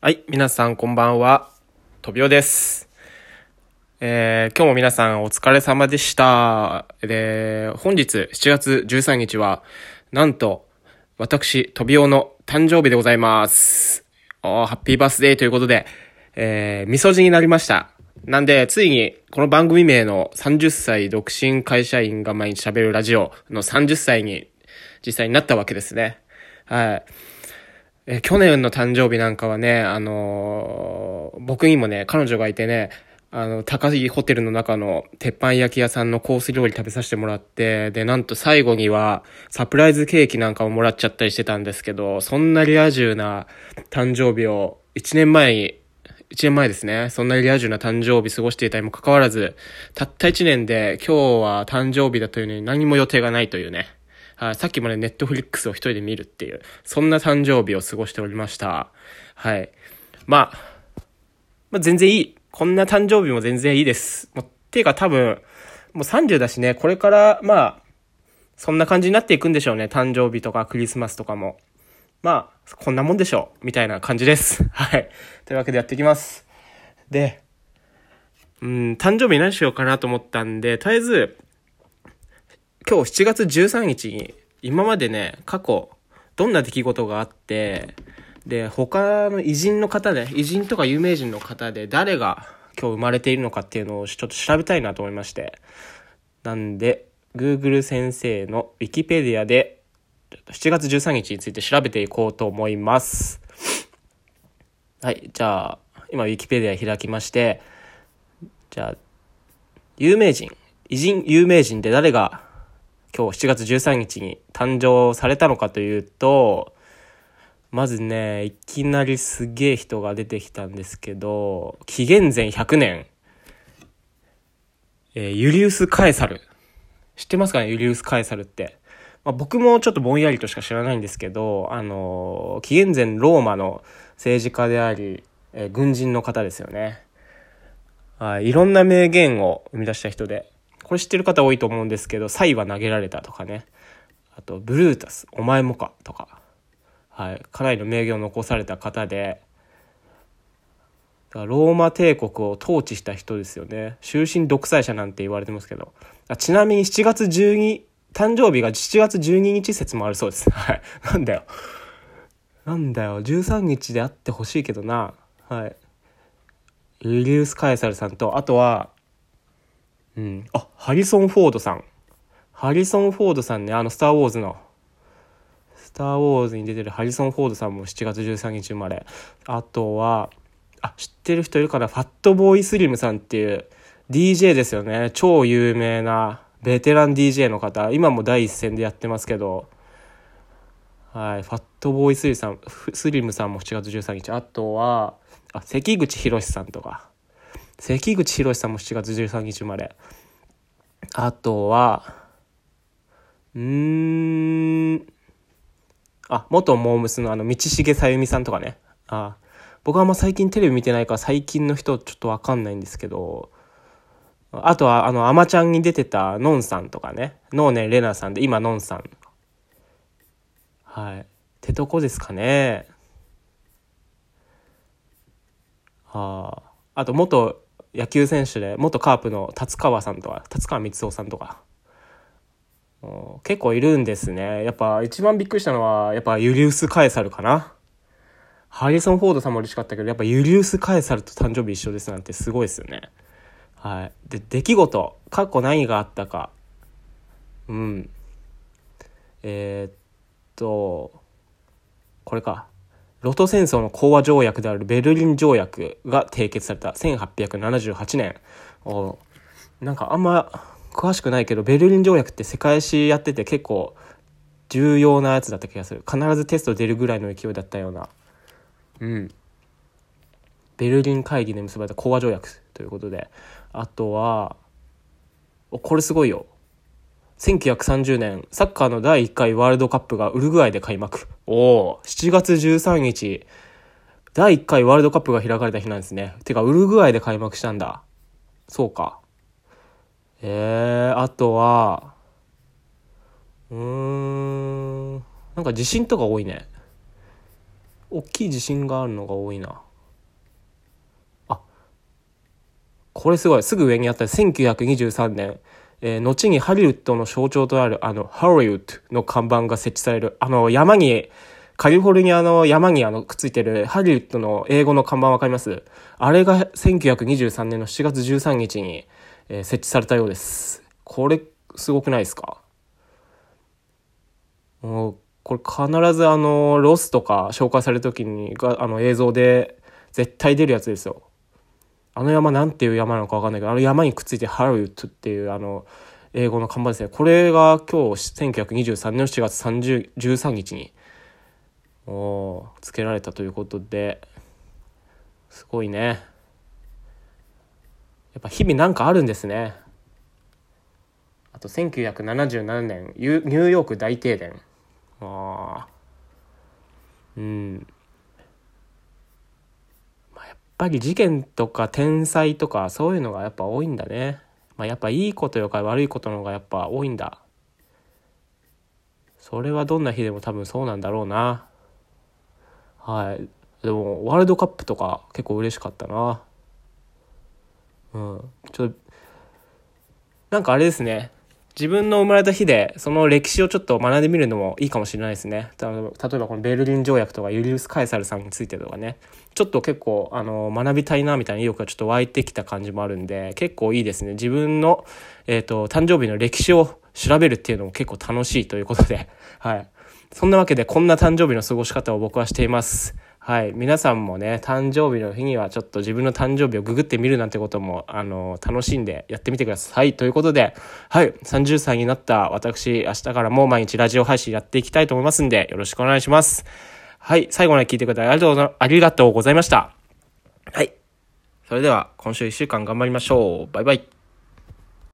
はい、皆さんこんばんは。とびおです。今日も皆さんお疲れ様でした。本日7月13日は、なんと、私、とびおの誕生日でございます。ハッピーバースデーということで、みそじになりました。なんで、ついに、この番組名の30歳独身会社員が毎日喋るラジオの30歳に実際になったわけですね。はい。去年の誕生日なんかはね、僕にもね、彼女がいてね、高いホテルの中の鉄板焼き屋さんのコース料理食べさせてもらって、で、なんと最後にはサプライズケーキなんかももらっちゃったりしてたんですけど、そんなリア充な誕生日を1年前ですね。そんなリア充な誕生日過ごしていたにもかかわらず、たった1年で今日は誕生日だというのに何も予定がないというね。はい、さっきまでネットフリックスを一人で見るっていう、そんな誕生日を過ごしておりました。はい。まあ全然いい。こんな誕生日も全然いいです。ていうか多分、もう30だしね、これから、そんな感じになっていくんでしょうね。誕生日とかクリスマスとかも。こんなもんでしょう。みたいな感じです。はい。というわけでやっていきます。で、誕生日何しようかなと思ったんで、とりあえず、今日7月13日に、今までね、過去、どんな出来事があって、で、他の偉人の方で、偉人とか有名人の方で、誰が今日生まれているのかっていうのをちょっと調べたいなと思いまして。なんで、Google 先生の Wikipedia で、7月13日について調べていこうと思います。はい、じゃあ、今 Wikipedia 開きまして、じゃあ、有名人、偉人有名人で誰が今日7月13日に誕生されたのかというと、まずね、いきなりすげえ人が出てきたんですけど、紀元前100年、ユリウス・カエサル。知ってますかね、ユリウス・カエサルって。僕もちょっとぼんやりとしか知らないんですけど、紀元前ローマの政治家であり、軍人の方ですよね。いろんな名言を生み出した人で、これ知ってる方多いと思うんですけど、サイは投げられたとかね。あと、ブルータス、お前もかとか。はい。かなりの名言を残された方で、ローマ帝国を統治した人ですよね。終身独裁者なんて言われてますけど。ちなみに7月12、誕生日が7月12日説もあるそうです。はい。なんだよ。13日であってほしいけどな。はい。ユリウス・カエサルさんと、あとは、ハリソン・フォードさん。ハリソン・フォードさんね、スター・ウォーズに出てるハリソン・フォードさんも7月13日生まれ。あとは、知ってる人いるかな、ファットボーイ・スリムさんっていう DJ ですよね。超有名なベテラン DJ の方。今も第一線でやってますけど、はい、ファットボーイ・スリムさんも7月13日。あとは、関口宏さんとか。関口宏さんも7月13日生まれ。あとは、元モームスの道重さゆみさんとかね。僕はあんま最近テレビ見てないから最近の人ちょっとわかんないんですけど、あとはアマちゃんに出てたノンさんとかね。ノーネンレナさんで今ノンさん。はい。ってとこですかね。あと元野球選手で元カープの達川光雄さんとか結構いるんですね。やっぱ一番びっくりしたのはやっぱユリウス・カエサルかな。ハリソン・フォードさんも嬉しかったけど、やっぱユリウス・カエサルと誕生日一緒ですなんてすごいですよね。はい。で、出来事、過去何があったか。これか。ロト戦争の講和条約であるベルリン条約が締結された1878年。なんかあんま詳しくないけど、ベルリン条約って世界史やってて結構重要なやつだった気がする。必ずテスト出るぐらいの勢いだったような。ベルリン会議で結ばれた講和条約ということで。あとは、これすごいよ。1930年、サッカーの第1回ワールドカップがウルグアイで開幕。7月13日、第1回ワールドカップが開かれた日なんですね。てか、ウルグアイで開幕したんだ。そうか。あとは、なんか地震とか多いね。大きい地震があるのが多いな。 これすごい。すぐ上にあった1923年。後にハリウッドの象徴となるハリウッドの看板が設置される。山に、カリフォルニアの山にくっついてるハリウッドの英語の看板わかります？あれが1923年の7月13日に、設置されたようです。これすごくないですか？もうこれ必ずロスとか紹介される時に映像で絶対出るやつですよ。山なんていう山なのかわかんないけど、山にくっついてハリウッドっていう英語の看板ですね。これが今日1923年の7月13日に付けられたということで、すごいね。やっぱ日々なんかあるんですね。あと1977年ニューヨーク大停電。やっぱり事件とか天災とかそういうのがやっぱ多いんだね。やっぱいいことよりか悪いことの方がやっぱ多いんだ。それはどんな日でも多分そうなんだろうな。はい。でもワールドカップとか結構嬉しかったな。ちょっとなんかあれですね。自分の生まれた日でその歴史をちょっと学んでみるのもいいかもしれないですね。例えばこのベルリン条約とかユリウス・カエサルさんについてとかね、ちょっと結構学びたいなみたいな意欲がちょっと湧いてきた感じもあるんで、結構いいですね。自分の誕生日の歴史を調べるっていうのも結構楽しいということで、はい。そんなわけでこんな誕生日の過ごし方を僕はしています。はい。皆さんもね、誕生日の日にはちょっと自分の誕生日をググってみるなんてことも、楽しんでやってみてください。ということで、はい。30歳になった私、明日からも毎日ラジオ配信やっていきたいと思いますんで、よろしくお願いします。はい。最後まで聞いてくれてありがとうございました。はい。それでは、今週1週間頑張りましょう。バイバイ。